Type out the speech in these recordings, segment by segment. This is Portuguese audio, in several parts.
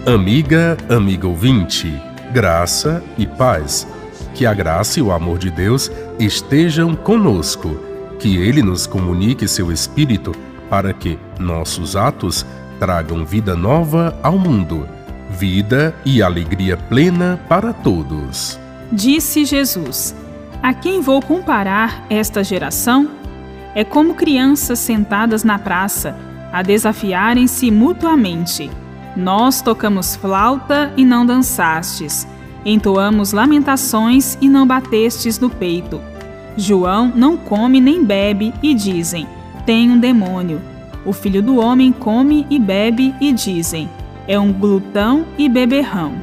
Amiga, amigo ouvinte, graça e paz. Que a graça e o amor de Deus estejam conosco. Que Ele nos comunique seu Espírito para que nossos atos tragam vida nova ao mundo, vida e alegria plena para todos. Disse Jesus: a quem vou comparar esta geração? É como crianças sentadas na praça, a desafiarem-se mutuamente. Nós tocamos flauta e não dançastes. Entoamos lamentações e não batestes no peito. João não come nem bebe e dizem: tem um demônio. O Filho do Homem come e bebe e dizem: é um glutão e beberrão.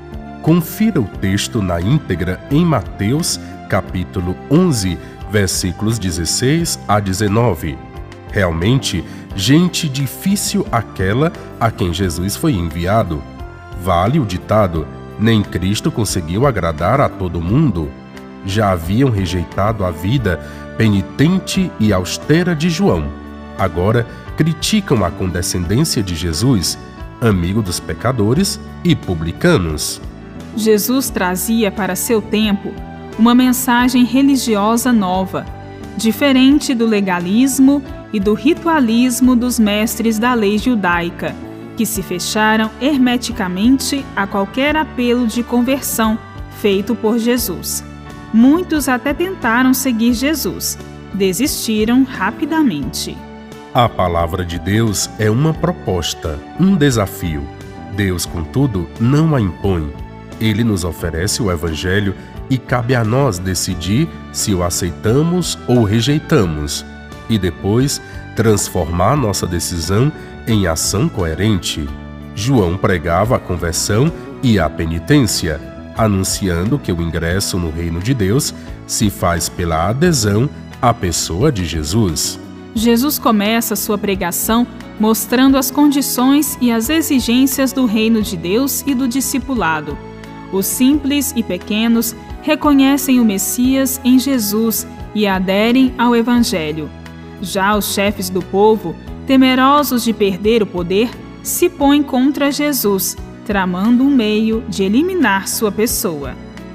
Confira o texto na íntegra em Mateus, capítulo 11, versículos 16 a 19. Realmente, gente difícil aquela a quem Jesus foi enviado. Vale o ditado: nem Cristo conseguiu agradar a todo mundo. Já haviam rejeitado a vida penitente e austera de João. Agora criticam a condescendência de Jesus, amigo dos pecadores e publicanos. Jesus trazia para seu tempo uma mensagem religiosa nova, diferente do legalismo e do ritualismo dos mestres da lei judaica, que se fecharam hermeticamente a qualquer apelo de conversão feito por Jesus. Muitos até tentaram seguir Jesus, desistiram rapidamente. A palavra de Deus é uma proposta, um desafio. Deus, contudo, não a impõe. Ele nos oferece o Evangelho e cabe a nós decidir se o aceitamos ou rejeitamos, e depois transformar nossa decisão em ação coerente. João pregava a conversão e a penitência, anunciando que o ingresso no reino de Deus se faz pela adesão à pessoa de Jesus. Jesus começa sua pregação mostrando as condições e as exigências do reino de Deus e do discipulado. Os simples e pequenos reconhecem o Messias em Jesus e aderem ao Evangelho. Já os chefes do povo, temerosos de perder o poder, se põem contra Jesus, tramando um meio de eliminar sua pessoa.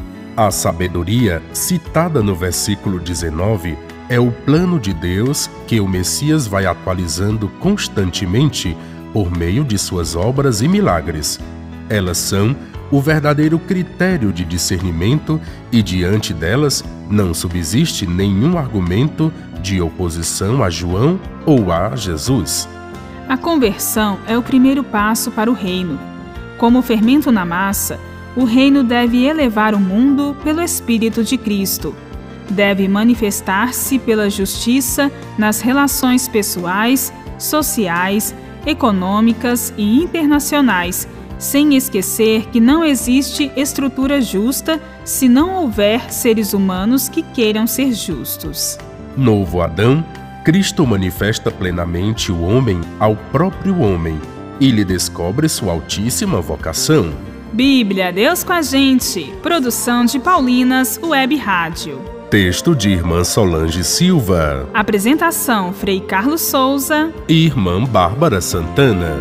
A sabedoria, citada no versículo 19, é o plano de Deus que o Messias vai atualizando constantemente por meio de suas obras e milagres. Elas são o verdadeiro critério de discernimento e diante delas não subsiste nenhum argumento de oposição a João ou a Jesus. A conversão é o primeiro passo para o reino. Como fermento na massa, o reino deve elevar o mundo pelo Espírito de Cristo. Deve manifestar-se pela justiça nas relações pessoais, sociais, econômicas e internacionais, sem esquecer que não existe estrutura justa se não houver seres humanos que queiram ser justos. Novo Adão, Cristo manifesta plenamente o homem ao próprio homem e lhe descobre sua altíssima vocação. Bíblia, Deus com a gente. Produção de Paulinas Web Rádio. Texto de Irmã Solange Silva. Apresentação: Frei Carlos Souza e Irmã Bárbara Santana.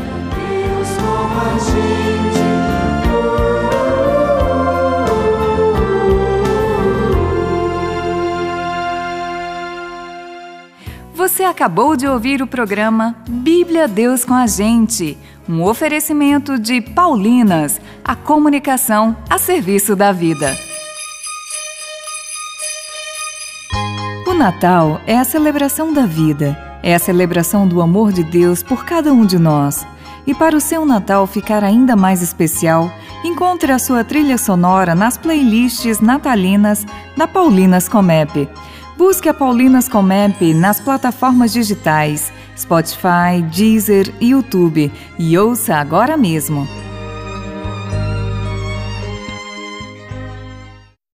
Você acabou de ouvir o programa Bíblia Deus com a Gente, um oferecimento de Paulinas, a comunicação a serviço da vida. O Natal é a celebração da vida, é a celebração do amor de Deus por cada um de nós. E para o seu Natal ficar ainda mais especial, encontre a sua trilha sonora nas playlists natalinas da Paulinas Comep. Busque a Paulinas Comep nas plataformas digitais Spotify, Deezer e YouTube e ouça agora mesmo.